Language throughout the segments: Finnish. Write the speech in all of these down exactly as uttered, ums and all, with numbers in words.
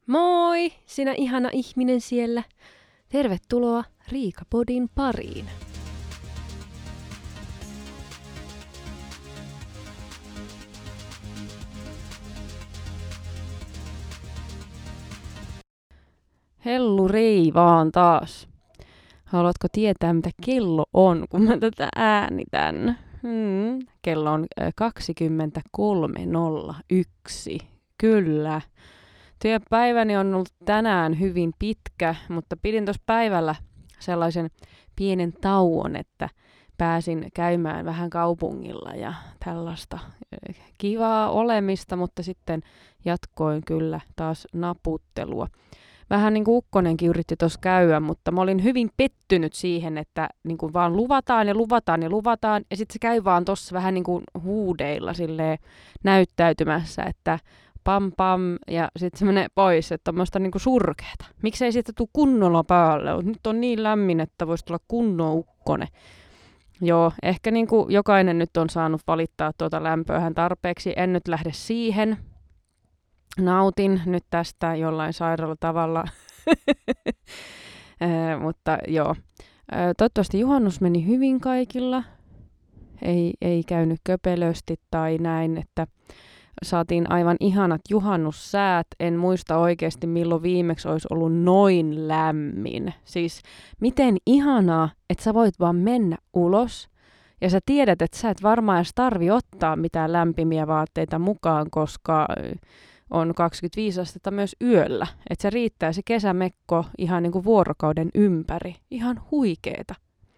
Moi, sinä ihana ihminen siellä. Tervetuloa Riikapodin pariin. Hellurei vaan taas. Haluatko tietää, mitä kello on, kun mä tätä äänitän? Hmm. Kello on kaksikymmentäkolme nolla yksi. Kyllä. Työpäiväni on ollut tänään hyvin pitkä, mutta pidin tuossa päivällä sellaisen pienen tauon, että pääsin käymään vähän kaupungilla ja tällaista kivaa olemista, mutta sitten jatkoin kyllä taas naputtelua. Vähän niin kuin ukkonenkin yritti tuossa käydä, mutta mä olin hyvin pettynyt siihen, että niin kuin vaan luvataan ja luvataan ja luvataan, ja sitten se käy vaan tuossa vähän niin kuin huudeilla silleen näyttäytymässä, että pam pam, ja sitten se menee pois, että tommoista niinku surkeeta. Miksei siitä tule kunnolla päälle? Nyt on niin lämmin, että voisi tulla kunnon ukkone. Joo, ehkä niinku jokainen nyt on saanut valittaa tuota lämpöähän tarpeeksi. En nyt lähde siihen. Nautin nyt tästä jollain sairaalla tavalla. äh, mutta joo. Äh, toivottavasti juhannus meni hyvin kaikilla. Ei, ei käynyt köpelösti tai näin, että saatiin aivan ihanat juhannussäät. En muista oikeasti, milloin viimeksi olisi ollut noin lämmin. Siis miten ihanaa, että sä voit vaan mennä ulos ja sä tiedät, että sä et varmaan edes tarvi ottaa mitään lämpimiä vaatteita mukaan, koska on kaksikymmentäviisi astetta myös yöllä. Että se riittää se kesämekko ihan niin kuin vuorokauden ympäri. Ihan huikeeta.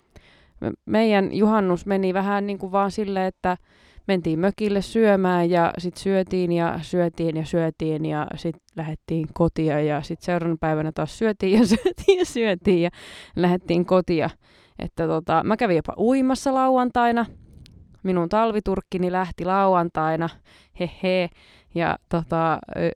Meidän juhannus meni vähän niin kuin vaan silleen, että mentiin mökille syömään ja sitten syötiin ja syötiin ja syötiin ja sitten lähdettiin kotia ja sitten seuraavana päivänä taas syötiin ja syötiin ja syötiin ja lähdettiin kotia. Että tota, mä kävin jopa uimassa lauantaina. Minun talviturkkini lähti lauantaina. Hehe. Ja tota,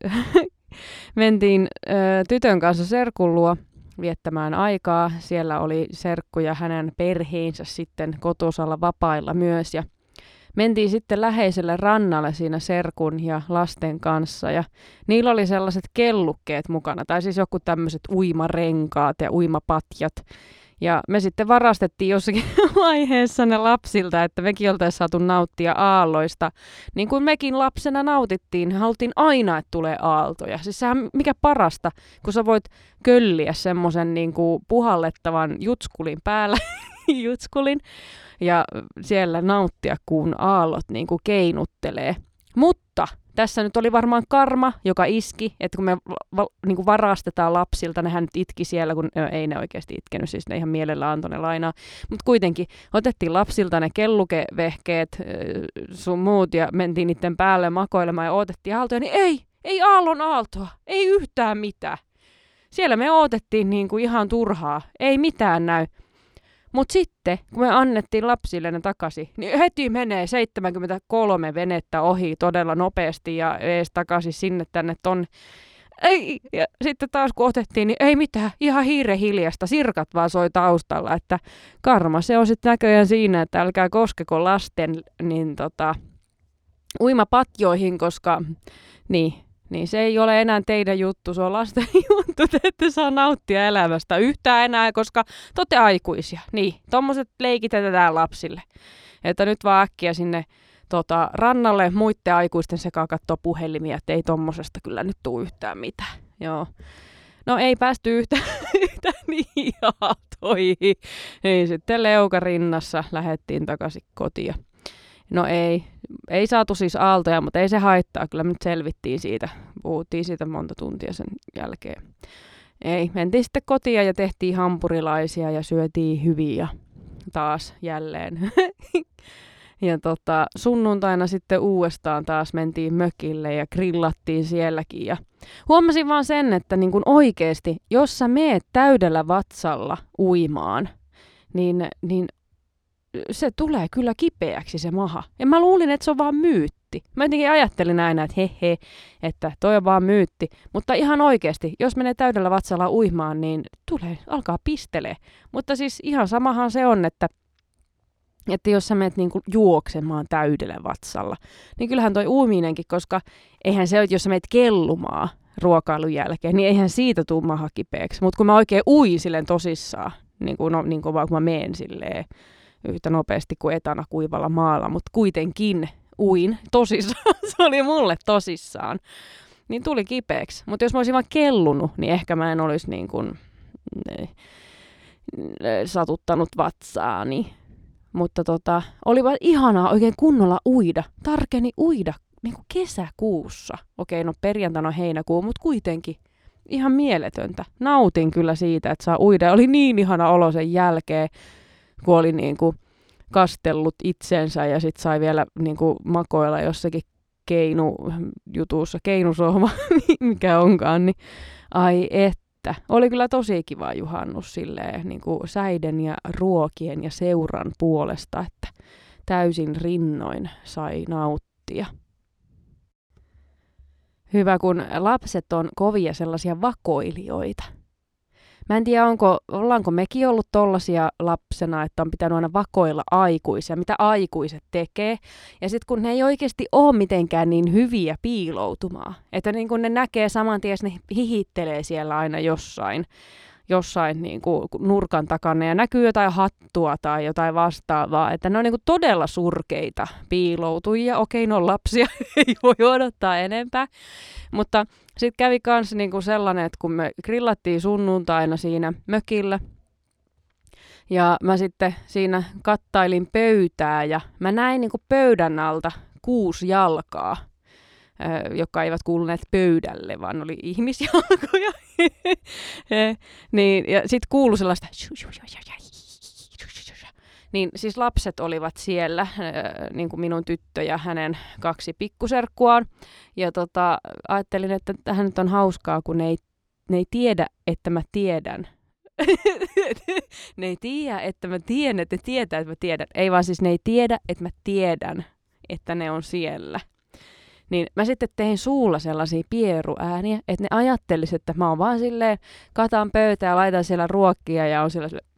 mentiin ö, tytön kanssa serkun luo viettämään aikaa. Siellä oli serkku ja hänen perheensä sitten kotosalla vapailla myös ja mentiin sitten läheiselle rannalle siinä serkun ja lasten kanssa ja niillä oli sellaiset kellukkeet mukana, tai siis joku tämmöiset uimarenkaat ja uimapatjat. Ja me sitten varastettiin jossakin vaiheessa ne lapsilta, että mekin oltaisiin saatu nauttia aalloista. Niin kuin mekin lapsena nautittiin, haluttiin aina, että tulee aaltoja. Siis sehän mikä parasta, kun sä voit kölliä semmoisen niin kuin puhallettavan jutskulin päällä, jutskulin, ja siellä nauttia, kun aallot niin kuin keinuttelee. Mutta tässä nyt oli varmaan karma, joka iski, että kun me va- niin kuin varastetaan lapsilta, nehän nyt itki siellä, kun no, ei ne oikeasti itkenyt, siis ne ihan mielellä antoi ne lainaa. Mutta kuitenkin otettiin lapsilta ne kellukevehkeet sun muut ja mentiin niiden päälle makoilemaan ja odotettiin aaltoja, niin ei, ei aallon aaltoa, ei yhtään mitään. Siellä me odotettiin niin kuin ihan turhaa, ei mitään näy. Mutta sitten, kun me annettiin lapsille ne takaisin, niin heti menee seitsemänkymmentäkolme venettä ohi todella nopeasti ja ees takaisin sinne tänne tonne. Ei, ja sitten taas kun otettiin, niin ei mitään, ihan hiire hiljasta, sirkat vaan soi taustalla, että karma se on sitten näköjään siinä, että älkää koskeko lasten niin tota, uimapatjoihin, koska niin, niin se ei ole enää teidän juttu, se on lasten juttu, te ette saa nauttia elämästä yhtään enää, koska te olette aikuisia. Niin, tommoset leikit jätetään lapsille. Että nyt vaan äkkiä sinne tota, rannalle muiden aikuisten sekaan kattoo puhelimia, että ei tommosesta kyllä nyt tule yhtään mitään. Joo. No ei päästy yhtään, yhtään niin aaltoihin. Ei sitten leuka rinnassa lähdettiin takaisin kotiin. No ei, ei saatu siis aaltoja, mutta ei se haittaa. Kyllä me nyt selvittiin siitä. Puhuttiin siitä monta tuntia sen jälkeen. Ei, mentiin sitten kotiin ja tehtiin hampurilaisia ja syötiin hyviä taas jälleen. Ja tota, sunnuntaina sitten uudestaan taas mentiin mökille ja grillattiin sielläkin. Ja huomasin vaan sen, että niin kun oikeasti, jos sä meet täydellä vatsalla uimaan, niin, niin se tulee kyllä kipeäksi se maha. Ja mä luulin, että se on vaan myytti. Mä jotenkin ajattelin aina, että he he, että toi on vaan myytti. Mutta ihan oikeasti, jos menee täydellä vatsalla uimaan, niin tulee, alkaa pistelee. Mutta siis ihan samahan se on, että Että jos sä menet niinku juoksemaan täydellä vatsalla, niin kyllähän toi uuminenkin, koska eihän se ole, jos sä menet kellumaan, ruokailun jälkeen, niin eihän siitä tule maha kipeäksi. Mutta kun mä oikein uin silleen tosissaan, niin kuin, no, niin kuin vaan kun mä meen silleen yhtä nopeasti kuin etana kuivalla maalla, mutta kuitenkin uin tosissaan, se oli mulle tosissaan, niin tuli kipeäksi. Mutta jos mä olisin vaan kellunut, niin ehkä mä en olisi niin kuin, ne, satuttanut vatsaani. Mutta tota, oli vaan ihanaa oikein kunnolla uida, tarkeni uida niin kuin kesäkuussa. Okei, no perjantaina on heinäkuu, mutta kuitenkin ihan mieletöntä. Nautin kyllä siitä, että saa uida. Oli niin ihana olo sen jälkeen, kun oli niin kuin kastellut itsensä ja sit sai vielä niin kuin makoilla jossakin keinujutussa, keinusohva, mikä onkaan, niin ai että. Oli kyllä tosi kiva juhannus silleen, niin kuin säiden ja ruokien ja seuran puolesta, että täysin rinnoin sai nauttia. Hyvä, kun lapset on kovia sellaisia vakoilijoita. Mä en tiedä, onko, ollaanko mekin ollut tollasia lapsena, että on pitänyt aina vakoilla aikuisia, mitä aikuiset tekee. Ja sitten kun ne ei oikeasti ole mitenkään niin hyviä piiloutumaan, että niin kun ne näkee saman tien, ne hihittelee siellä aina jossain, jossain niin kuin nurkan takana ja näkyy jotain hattua tai jotain vastaavaa, että ne on niin kuin todella surkeita piiloutujia. Okei, no lapsia ei voi odottaa enempää, mutta sitten kävi myös niinku sellainen, että kun me grillattiin sunnuntaina siinä mökillä, ja mä sitten siinä kattailin pöytää, ja mä näin niinku pöydän alta kuusi jalkaa, jotka eivät kuuluneet pöydälle, vaan oli ihmisjalkoja. niin, ja sitten kuului sellaista, niin siis lapset olivat siellä, äh, niin kuin minun tyttö ja hänen kaksi pikkuserkkuaan. Ja tota, ajattelin, että tähän nyt on hauskaa, kun ne ei, ne ei tiedä, että mä tiedän. ne ei tiedä, että mä tiedän, että ne tietää, että mä tiedän. Ei vaan siis ne ei tiedä, että mä tiedän, että ne on siellä. Niin mä sitten tein suulla sellaisia pieruääniä, että ne ajattelisivat, että mä oon vaan silleen, katan pöytää ja laitan siellä ruokkia ja on siellä silleen.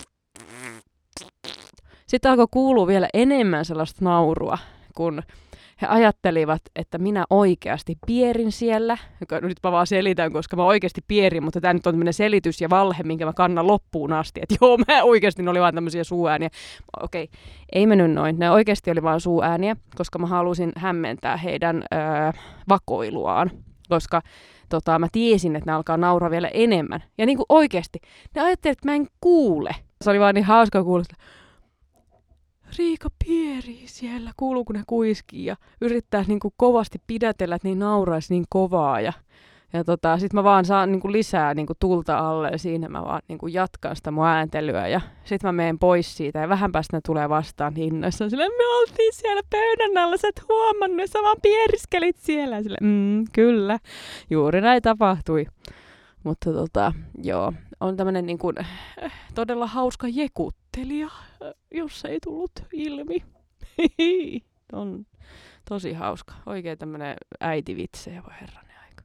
Sitten alkoi kuulua vielä enemmän sellaista naurua, kun he ajattelivat, että minä oikeasti pierin siellä. Nyt mä vaan selitän, koska mä oikeasti pierin, mutta tämä nyt on tämmöinen selitys ja valhe, minkä mä kannan loppuun asti. Että joo, mä oikeasti, ne oli vaan tämmöisiä suuääniä. Okei, ei mennyt noin. Ne oikeasti oli vaan suuääniä, koska mä halusin hämmentää heidän öö, vakoiluaan. Koska tota, mä tiesin, että ne alkaa nauraa vielä enemmän. Ja niin kuin oikeasti, ne ajattelivat, että mä en kuule. Se oli vaan niin hauska kuulla. Riika pierii siellä, kuuluu kun ne kuiskii ja yrittää niin kuin kovasti pidätellä, että niin nauraisi niin kovaa. Ja, ja tota, sit mä vaan saan niin kuin lisää niin kuin tulta alle ja siinä mä vaan niin kuin jatkan sitä mun ääntelyä. Ja sit mä menen pois siitä ja vähän päästä ne tulee vastaan hinnoissa. Silleen, me oltiin siellä pöydän alla, sä et huomannut, sä vaan pieriskelit siellä. Ja silleen, mm, kyllä, juuri näin tapahtui. Mutta tota, joo, on tämmönen niin kuin, äh, todella hauska jekuttelija, jos ei tullut ilmi. On tosi hauska. Oikein tämmönen äitivitsejä, voi herranen aika.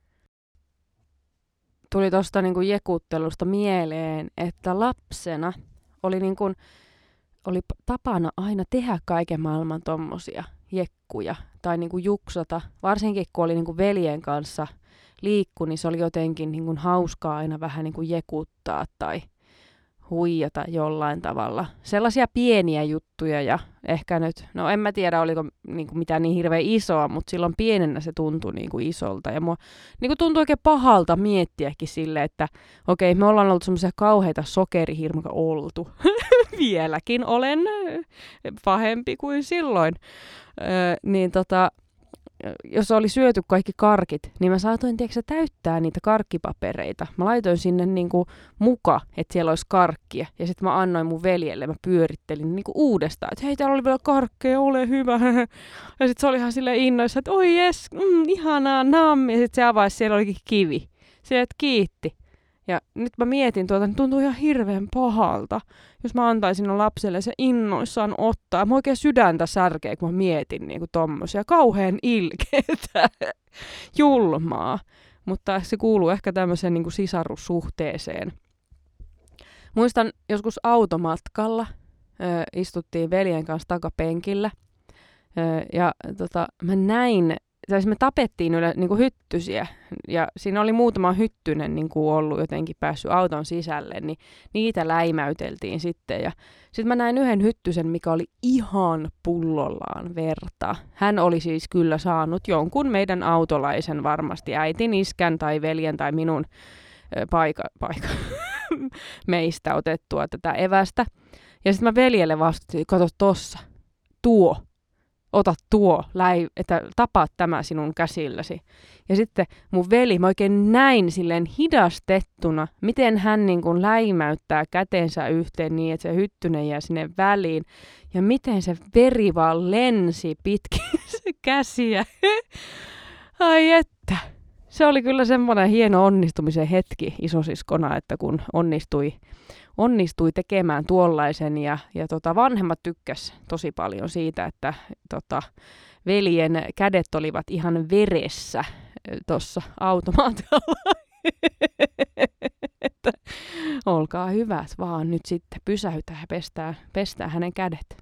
Tuli tosta niin kuin jekuttelusta mieleen, että lapsena oli, niin kuin, oli tapana aina tehdä kaiken maailman tommosia jekkuja tai niin kuin juksata, varsinkin kun oli niin kuin veljen kanssa liikku, niin se oli jotenkin niin kuin hauskaa aina vähän niin kuin jekuttaa tai huijata jollain tavalla. Sellaisia pieniä juttuja ja ehkä nyt, no en mä tiedä oliko niin kuin mitään niin hirveän isoa, mutta silloin pienenä se tuntui niin kuin isolta. Ja mua niin kuin tuntui oikein pahalta miettiäkin sille, että okei, me ollaan ollut semmoisia kauheita sokerihirmoja oltu. Vieläkin olen pahempi kuin silloin. Öö, niin tota... jos oli syöty kaikki karkit, niin mä saatoin tiedätkö, täyttää niitä karkkipapereita. Mä laitoin sinne niinku muka, että siellä olisi karkkia. Ja sitten mä annoin mun veljelle, mä pyörittelin niinku uudestaan, että hei, täällä oli vielä karkkeja, ole hyvä. Ja sitten se oli ihan silleen innoissa, että oi jes, mm, ihanaa, nammi. Ja sitten se avaisi, siellä olikin kivi. Se että kiitti. Ja nyt mä mietin tuota, niin tuntuu ihan hirveän pahalta, jos mä antaisin no lapselle se innoissaan ottaa. Mä oikein sydäntä särkee, kun mä mietin niinku tommosia. Kauhean ilkeetä, julmaa. Mutta se kuuluu ehkä tämmöiseen niinku sisarussuhteeseen. Muistan joskus automatkalla, ö, istuttiin veljen kanssa takapenkillä. Ö, ja tota, mä näin tai me tapettiin yle, niin kuin hyttysiä, ja siinä oli muutama hyttynen niin kuin ollut jotenkin päässyt auton sisälle, niin niitä läimäyteltiin sitten, ja sitten mä näin yhden hyttysen, mikä oli ihan pullollaan verta. Hän oli siis kyllä saanut jonkun meidän autolaisen varmasti, äitin, iskän tai veljen tai minun paika, paika meistä otettua tätä evästä. Ja sitten mä veljelle vastasin, kato tossa, tuo. Ota tuo, läi, että tapaat tämä sinun käsilläsi. Ja sitten mun veli, mä oikein näin silleen hidastettuna, miten hän niin kuin läimäyttää kätensä yhteen niin, että se hyttynen jää sinne väliin. Ja miten se veri vaan lensi pitkin se käsiä. Ai että. Se oli kyllä semmoinen hieno onnistumisen hetki isosiskona, että kun onnistui, onnistui tekemään tuollaisen ja, ja tota, vanhemmat tykkäs tosi paljon siitä, että tota, veljen kädet olivat ihan veressä tuossa automaatilla. Että olkaa hyvät vaan nyt sitten pysäytä ja pestää, pestää hänen kädet.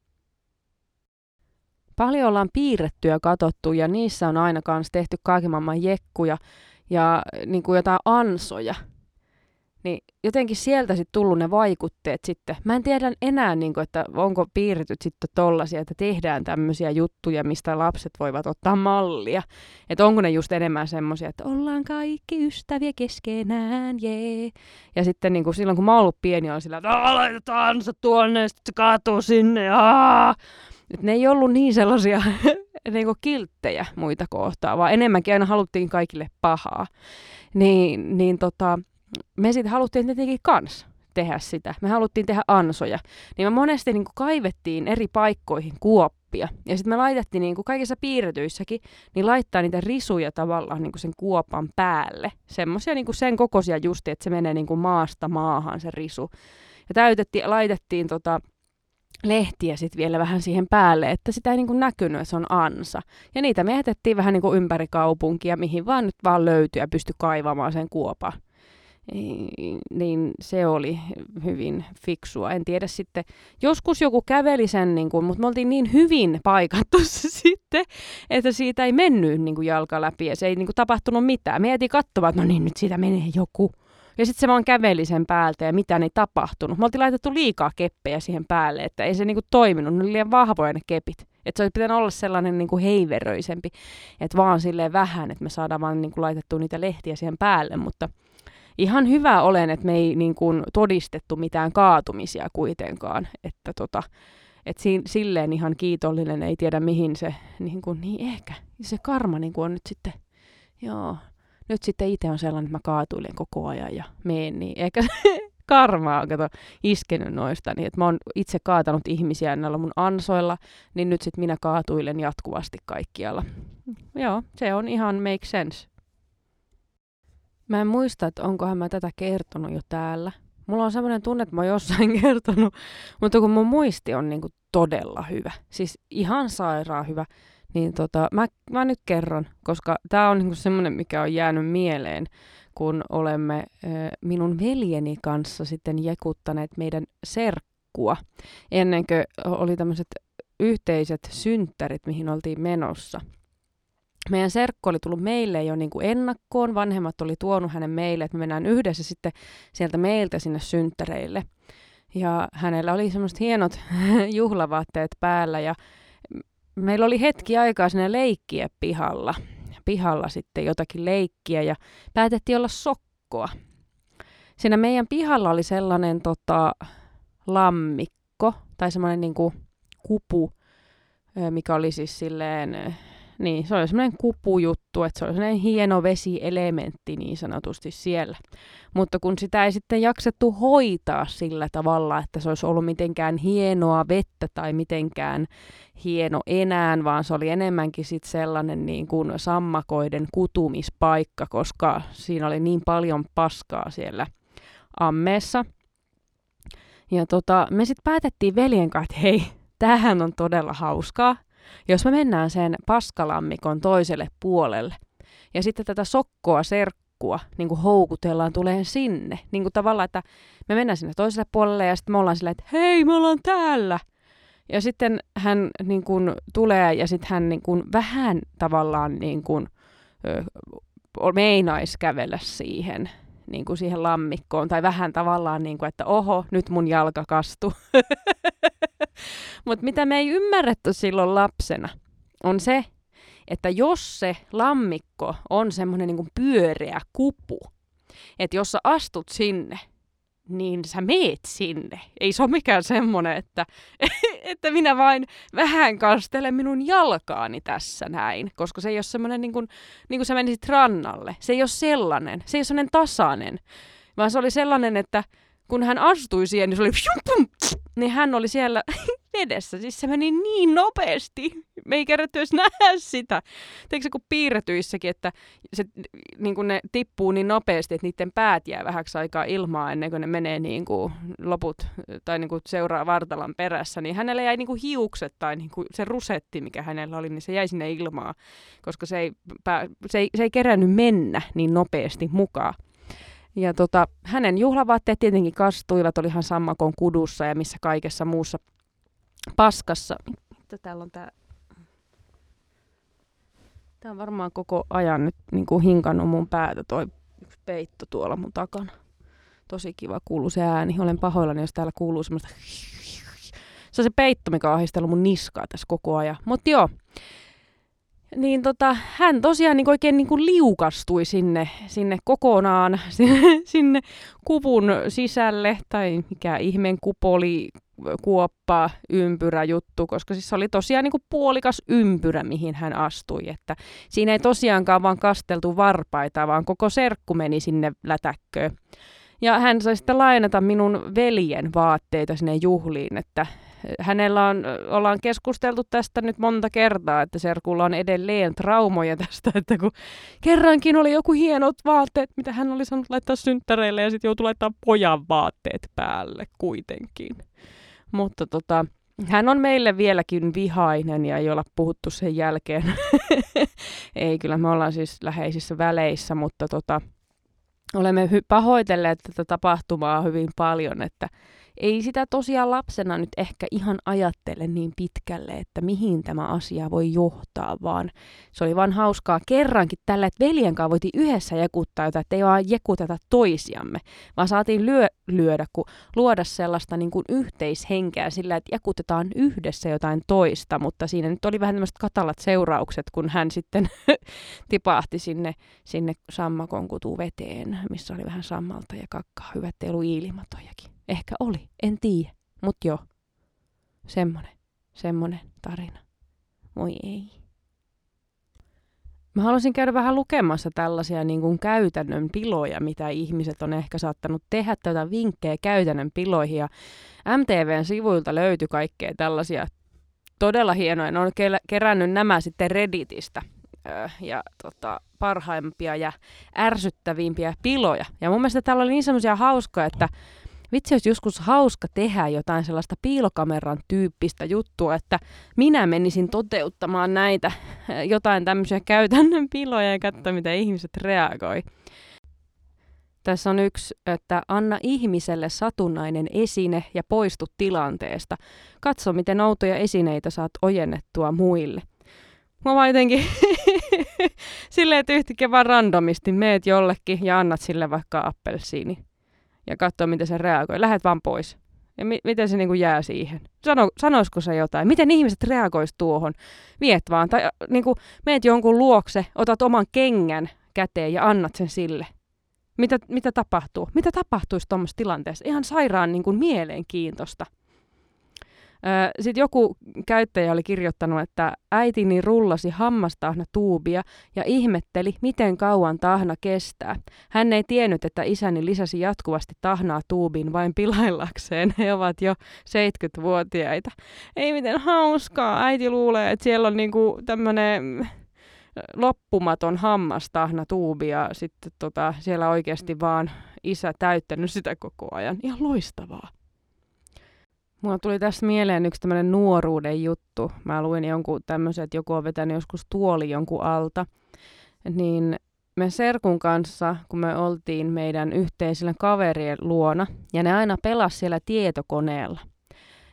Paljon ollaan piirretty ja katsottu ja niissä on aina kanssa tehty kaiken maailman jekkuja ja niin kuin jotain ansoja. Niin jotenkin sieltä sitten tullut ne vaikutteet sitten. Mä en tiedä enää, niin kuin, että onko piirretyt sitten tollasia, että tehdään tämmöisiä juttuja, mistä lapset voivat ottaa mallia. Että onko ne just enemmän semmoisia, että ollaan kaikki ystäviä keskenään, jee. Ja sitten niin kuin silloin, kun mä oon ollut pieni, on sillä, että laitetaan ansa tuonne, sitten se kaatuu sinne, aah. Et ne ei ollut niin sellaisia niinku kilttejä muita kohtaan, vaan enemmänkin aina haluttiin kaikille pahaa. Niin, niin tota, me sitten haluttiin tietenkin kans tehdä sitä. Me haluttiin tehdä ansoja. Niin me monesti niinku kaivettiin eri paikkoihin kuoppia. Ja sitten me laitettiin niinku kaikissa piirretyissäkin, niin laittaa niitä risuja tavallaan niinku sen kuopan päälle. Semmoisia niinku sen kokoisia justi, että se menee niinku maasta maahan se risu. Ja täytettiin, laitettiin tota... lehtiä sitten vielä vähän siihen päälle, että sitä ei niin kuin näkynyt, että se on ansa. Ja niitä me jätettiin vähän niin kuin ympäri kaupunkia, mihin vaan nyt vaan löytyi ja pystyi kaivamaan sen kuopan. Niin se oli hyvin fiksua. En tiedä sitten, joskus joku käveli sen, niin kuin, mutta me oltiin niin hyvin paikattu se sitten, että siitä ei mennyt niin kuin jalka läpi ja se ei niin kuin tapahtunut mitään. Me jätiin katsomaan, että no niin, nyt siitä menee joku. Ja sitten se vaan käveli sen päältä ja mitään ei tapahtunut. Me oltiin laitettu liikaa keppejä siihen päälle, että ei se niinku toiminut. Ne oli liian vahvoja ne kepit. Että se olisi pitänyt olla sellainen niinku heiveröisempi. Että vaan silleen vähän, että me saadaan vaan niinku laitettua niitä lehtiä siihen päälle. Mutta ihan hyvä olen, että me ei niinku todistettu mitään kaatumisia kuitenkaan. Että tota, et si- silleen ihan kiitollinen, ei tiedä mihin se, niinku, niin ehkä se karma niinku on nyt sitten, joo. Nyt sitten itse on sellainen, että mä kaatuilen koko ajan ja meen, niin ehkä karmaa on kato, iskenyt noista. Niin, että mä oon itse kaatanut ihmisiä näillä mun ansoilla, niin nyt sitten minä kaatuilen jatkuvasti kaikkialla. Joo, se on ihan make sense. Mä en muista, että onkohan mä tätä kertonut jo täällä. Mulla on sellainen tunne, että mä oon jossain kertonut, mutta kun mun muisti on niinku todella hyvä, siis ihan sairaan hyvä, niin tota, mä, mä nyt kerron, koska tää on niinku semmoinen, mikä on jäänyt mieleen, kun olemme äh, minun veljeni kanssa sitten jekuttaneet meidän serkkua, ennen kuin oli tämmöiset yhteiset synttärit, mihin oltiin menossa. Meidän serkku oli tullut meille jo niin kuin ennakkoon, vanhemmat oli tuonut hänen meille, että me mennään yhdessä sitten sieltä meiltä sinne synttäreille. Ja hänellä oli semmoiset hienot juhlavaatteet päällä ja meillä oli hetki aikaa sinne leikkiä pihalla. Pihalla sitten jotakin leikkiä ja päätettiin olla sokkoa. Siinä meidän pihalla oli sellainen tota, lammikko tai semmoinen niin kuin kupu, mikä oli siis silleen... Niin, se oli semmoinen kupujuttu, että se oli semmoinen hieno vesielementti niin sanotusti siellä. Mutta kun sitä ei sitten jaksettu hoitaa sillä tavalla, että se olisi ollut mitenkään hienoa vettä tai mitenkään hieno enää, vaan se oli enemmänkin sitten sellainen niin kuin sammakoiden kutumispaikka, koska siinä oli niin paljon paskaa siellä ammeessa. Ja tota, me sitten päätettiin veljen kanssa, että hei, tämähän on todella hauskaa. Jos me mennään sen paskalammikon toiselle puolelle ja sitten tätä sokkoa, serkkua niin kuin houkutellaan tulee sinne. Niin kuin tavallaan, että me mennään sinne toiselle puolelle ja sitten me ollaan silleen, että hei, me ollaan täällä. Ja sitten hän niin kuin tulee ja sitten hän niin kuin vähän tavallaan niin kuin, ö, meinaisi kävellä siihen, niin kuin siihen lammikkoon. Tai vähän tavallaan niin kuin, että oho, nyt mun jalka kastui. Mutta mitä me ei ymmärretty silloin lapsena, on se, että jos se lammikko on semmoinen niin kuin pyöreä kupu, että jos sä astut sinne, niin sä meet sinne. Ei se ole mikään semmoinen, että, että minä vain vähän kastelen minun jalkaani tässä näin, koska se ei ole semmoinen niin kuin, niin kuin sä menisit rannalle. Se ei ole sellainen, se ei ole semmoinen tasainen, vaan se oli sellainen, että kun hän astui siihen, niin se oli niin hän oli siellä vedessä. Siis se meni niin nopeasti. Me ei kerätty edes nähdä sitä. Teikö se kuin piirretyissäkin, että se, niin kuin ne tippuu niin nopeasti, että niiden päät jää vähäksi aikaa ilmaa ennen kuin ne menee niin kuin loput tai niin kuin seuraa vartalan perässä. Niin hänellä jäi niin kuin hiukset tai niin kuin se rusetti, mikä hänellä oli, niin se jäi sinne ilmaan, koska se ei, pää, se ei, se ei kerännyt mennä niin nopeasti mukaan. Ja tota, hänen juhlavaatteet tietenkin kastuivat, olihan sammakon kudussa ja missä kaikessa muussa paskassa. Mitä täällä on tää? Tää on varmaan koko ajan nyt niin kuin hinkannut mun päätä toi yksi peitto tuolla mun takana. Tosi kiva kuuluu se ääni. Olen pahoillani, jos täällä kuuluu semmoista. Se on se peitto, mikä on ahdistellut mun niskaa tässä koko ajan. Mut joo. Niin tota, hän tosiaan niin oikein niin kuin liukastui sinne, sinne kokonaan, sinne, sinne kuvun sisälle, tai mikä ihmeen kupoli, kuoppa, ympyrä juttu, koska siis se oli tosiaan niin kuin puolikas ympyrä, mihin hän astui. Että siinä ei tosiaankaan vaan kasteltu varpaita, vaan koko serkku meni sinne lätäkköön. Ja hän sai sitten lainata minun veljen vaatteita sinne juhliin, että hänellä on, ollaan keskusteltu tästä nyt monta kertaa, että serkulla on edelleen traumoja tästä, että kun kerrankin oli joku hienot vaatteet, mitä hän oli saanut laittaa synttäreille ja sitten joutui laittaa pojan vaatteet päälle kuitenkin. Mutta tota, hän on meille vieläkin vihainen ja ei olla puhuttu sen jälkeen. Ei, kyllä me ollaan siis läheisissä väleissä, mutta tota, olemme hy- pahoitelleet tätä tapahtumaa hyvin paljon, että ei sitä tosiaan lapsena nyt ehkä ihan ajattele niin pitkälle, että mihin tämä asia voi johtaa, vaan se oli vaan hauskaa kerrankin tällä, että veljen kanssa voitiin yhdessä jekuttaa jotain, että ei vaan jekuteta toisiamme, vaan saatiin lyö, lyödä, kun luoda sellaista niin kuin yhteishenkeä sillä, että jekutetaan yhdessä jotain toista, mutta siinä nyt oli vähän tämmöiset katalat seuraukset, kun hän sitten tipahti sinne, sinne sammakon kutuveteen, missä oli vähän sammalta ja kakkaa, hyvät ei ollut ilmatojakin. Ehkä oli, en tiedä, mutta joo, semmonen, semmonen tarina. Voi ei. Mä haluaisin käydä vähän lukemassa tällaisia niin kuin käytännön piloja, mitä ihmiset on ehkä saattanut tehdä, tätä vinkkejä käytännön piloihin. Ja M T V:n sivuilta löytyi kaikkea tällaisia todella hienoja. Ne on kerännyt nämä sitten Redditistä ja tota, parhaimpia ja ärsyttävimpiä piloja. Ja mun mielestä täällä oli niin semmoisia hauskoja, että vitsi, olisi joskus hauska tehdä jotain sellaista piilokameran tyyppistä juttua, että minä menisin toteuttamaan näitä jotain tämmöisiä käytännön piloja ja katsoa, mitä ihmiset reagoi. Tässä on yksi, että anna ihmiselle satunnainen esine ja poistu tilanteesta. Katso, miten outoja esineitä saat ojennettua muille. Mä vaan jotenkin silleen, että yhtäkkiä vaan randomisti meet jollekin ja annat sille vaikka appelsiini. Ja katsoa, miten se reagoi. Lähet vaan pois. Ja mi- miten se niinku jää siihen. Sano, sanoisiko se jotain? Miten ihmiset reagois tuohon? Viet vaan. Tai niinku, meet jonkun luokse, otat oman kengän käteen ja annat sen sille. Mitä, mitä tapahtuu? Mitä tapahtuisi tuommoisessa tilanteessa? Ihan sairaan niinku mielenkiintoista. Sitten joku käyttäjä oli kirjoittanut, että äitini rullasi hammastahna tuubia ja ihmetteli, miten kauan tahna kestää. Hän ei tiennyt, että isäni lisäsi jatkuvasti tahnaa tuubiin vain pilaillakseen. He ovat jo seitsemänkymmentävuotiaita. Ei miten hauskaa. Äiti luulee, että siellä on niinku tämmöinen loppumaton hammastahna tuubi ja sitten tota, siellä oikeasti vaan isä täyttänyt sitä koko ajan. Ihan loistavaa. Mulla tuli tässä mieleen yksi tämmöinen nuoruuden juttu. Mä luin jonkun tämmöisen, että joku on vetänyt joskus tuoli jonkun alta. Niin me serkun kanssa, kun me oltiin meidän yhteisillä kaverien luona, ja ne aina pelasi siellä tietokoneella.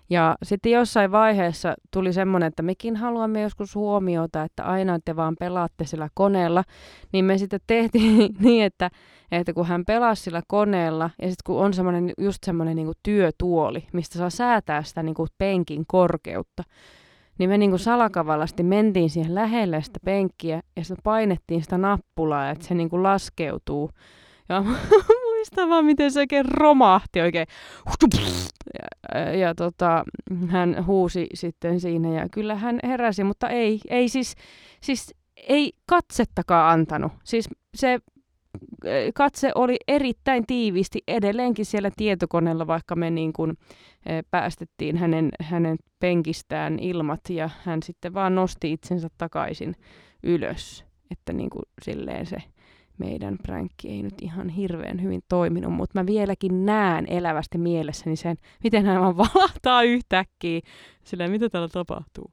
Ja sitten jossain vaiheessa tuli semmoinen, että mekin haluamme joskus huomiota, että aina te vaan pelaatte sillä koneella. Niin me sitten tehtiin niin, että, että kun hän pelasi sillä koneella, ja sitten kun on semmoinen, just semmoinen niinku työtuoli, mistä saa säätää sitä niinku penkin korkeutta, niin me niinku salakavallasti mentiin siihen lähelle sitä penkkiä, ja sitten painettiin sitä nappulaa, että se niinku laskeutuu. Ja muistan vaan, miten se oikein romahti oikein. Ja, ja tota, hän huusi sitten siinä ja kyllä hän heräsi, mutta ei, ei siis, siis ei katsettakaan antanut. Siis se katse oli erittäin tiiviisti edelleenkin siellä tietokoneella, vaikka me niin kuin päästettiin hänen, hänen penkistään ilmat ja hän sitten vaan nosti itsensä takaisin ylös, että niin kuin silleen se meidän pränkki ei nyt ihan hirveän hyvin toiminut, mutta mä vieläkin näen elävästi mielessäni sen, miten hän vaan valahtaa yhtäkkiä. Silleen, mitä täällä tapahtuu?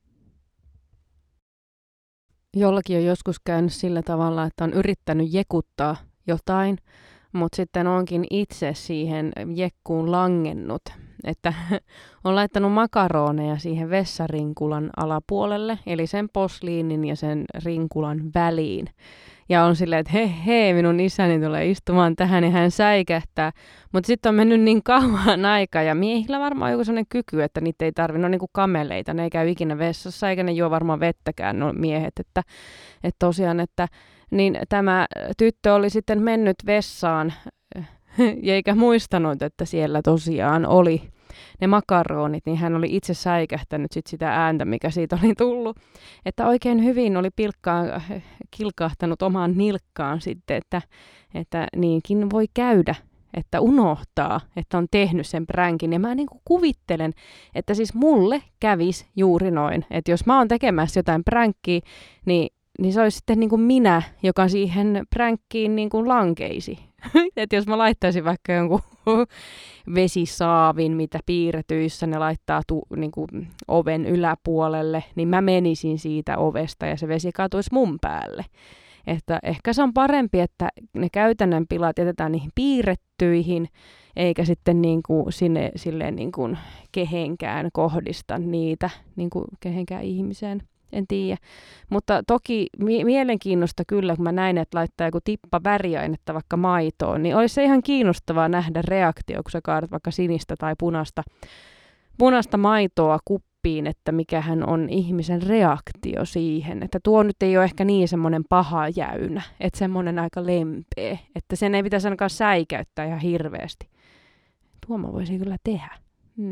Jollakin on joskus käynyt sillä tavalla, että on yrittänyt jekuttaa jotain, mutta sitten onkin itse siihen jekkuun langennut. Että on laittanut makaroneja siihen vessarinkulan alapuolelle, eli sen posliinin ja sen rinkulan väliin. Ja on silleen, että he he, minun isäni tulee istumaan tähän ja hän säikähtää. Mutta sitten on mennyt niin kauan aikaa ja miehillä varmaan on joku sellainen kyky, että niitä ei tarvitse, ne on niin kuin kameleita, ne ei käy ikinä vessassa eikä ne juo varmaan vettäkään, no miehet. Että, että tosiaan, että niin tämä tyttö oli sitten mennyt vessaan eikä muistanut, että siellä tosiaan oli ne makaronit, niin hän oli itse säikähtänyt sit sitä ääntä, mikä siitä oli tullut. Että oikein hyvin oli pilkkaan kilkahtanut omaan nilkkaan sitten, että, että niinkin voi käydä, että unohtaa, että on tehnyt sen pränkin. Ja mä niin kuin kuvittelen, että siis mulle kävisi juuri noin, että jos mä oon tekemässä jotain pränkkiä, niin niin se olisi sitten niin kuin minä, joka siihen pränkkiin niin kuin lankeisi. Että jos mä laittaisin vaikka jonkun vesisaavin, mitä piirretyissä ne laittaa tu, niin kuin oven yläpuolelle, niin mä menisin siitä ovesta ja se vesi katuisi mun päälle. Että ehkä se on parempi, että ne käytännön pilat jätetään niihin piirrettyihin, eikä sitten niin kuin sinne silleen niin kuin kehenkään kohdista niitä niin kuin kehenkään ihmiseen. En tiedä. Mutta toki mi- mielenkiinnosta kyllä, kun mä näin, että laittaa joku tippa väriainetta vaikka maitoon, niin olisi se ihan kiinnostavaa nähdä reaktio, kun sä kaadat vaikka sinistä tai punaista, punaista maitoa kuppiin, että mikähän on ihmisen reaktio siihen. Että tuo nyt ei ole ehkä niin semmoinen paha jäynä, että semmoinen aika lempeä, että sen ei pitäisi ainakaan säikäyttää ihan hirveästi. Tuo mä voisin kyllä tehdä. Hmm.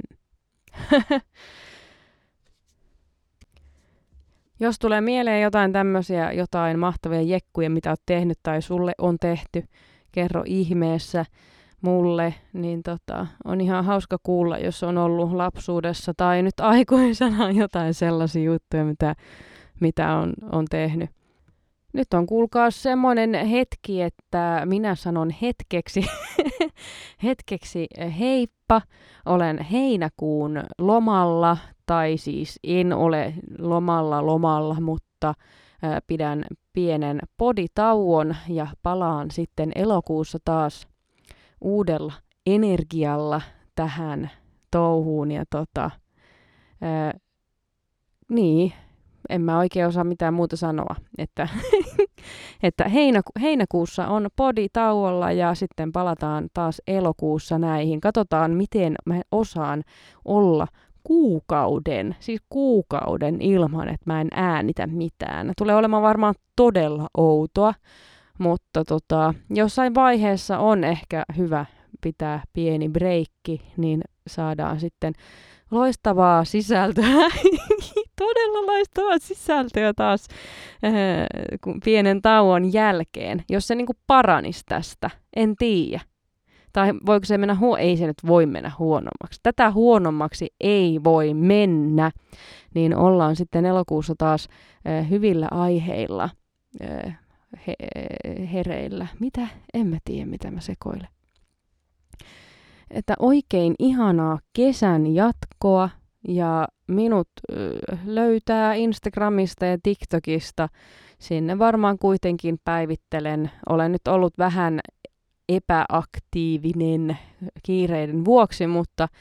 Jos tulee mieleen jotain tämmöisiä, jotain mahtavia jekkuja, mitä olet tehnyt tai sulle on tehty, kerro ihmeessä mulle, niin tota, on ihan hauska kuulla, jos on ollut lapsuudessa tai nyt aikuisena jotain sellaisia juttuja, mitä, mitä on, on tehnyt. Nyt on kuulkaa semmoinen hetki, että minä sanon hetkeksi, hetkeksi heippa, olen heinäkuun lomalla, tai siis en ole lomalla lomalla, mutta ää, pidän pienen poditauon ja palaan sitten elokuussa taas uudella energialla tähän touhuun. Ja tota, ää, niin, en mä oikein osaa mitään muuta sanoa, että, että heinäku- heinäkuussa on poditauolla ja sitten palataan taas elokuussa näihin. Katsotaan, miten mä osaan olla kuukauden, siis kuukauden ilman, että mä en äänitä mitään. Tulee olemaan varmaan todella outoa, mutta tota, jossain vaiheessa on ehkä hyvä pitää pieni breikki, niin saadaan sitten loistavaa sisältöä, todella loistavaa sisältöä taas äh, pienen tauon jälkeen, jos se niinku paranisi tästä, en tiedä. Tai voiko se mennä huonommaksi? Ei se nyt voi mennä huonommaksi. Tätä huonommaksi ei voi mennä. Niin ollaan sitten elokuussa taas äh, hyvillä aiheilla äh, he, hereillä. Mitä? En mä tiedä, mitä mä sekoilen. Että oikein ihanaa kesän jatkoa ja minut äh, löytää Instagramista ja TikTokista. Sinne varmaan kuitenkin päivittelen. Olen nyt ollut vähän epäaktiivinen kiireiden vuoksi, mutta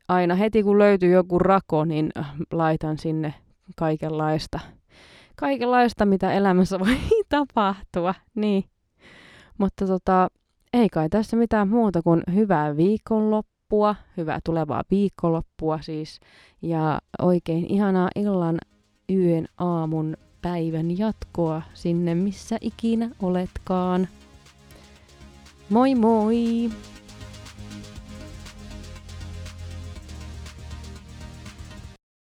aina heti kun löytyy joku rako, niin laitan sinne kaikenlaista. Kaikenlaista, mitä elämässä voi tapahtua. Niin. Mutta tota, ei kai tässä mitään muuta kuin hyvää viikonloppua, hyvää tulevaa viikonloppua siis. Ja oikein ihanaa illan, yön, aamun, päivän jatkoa sinne, missä ikinä oletkaan. Moi moi!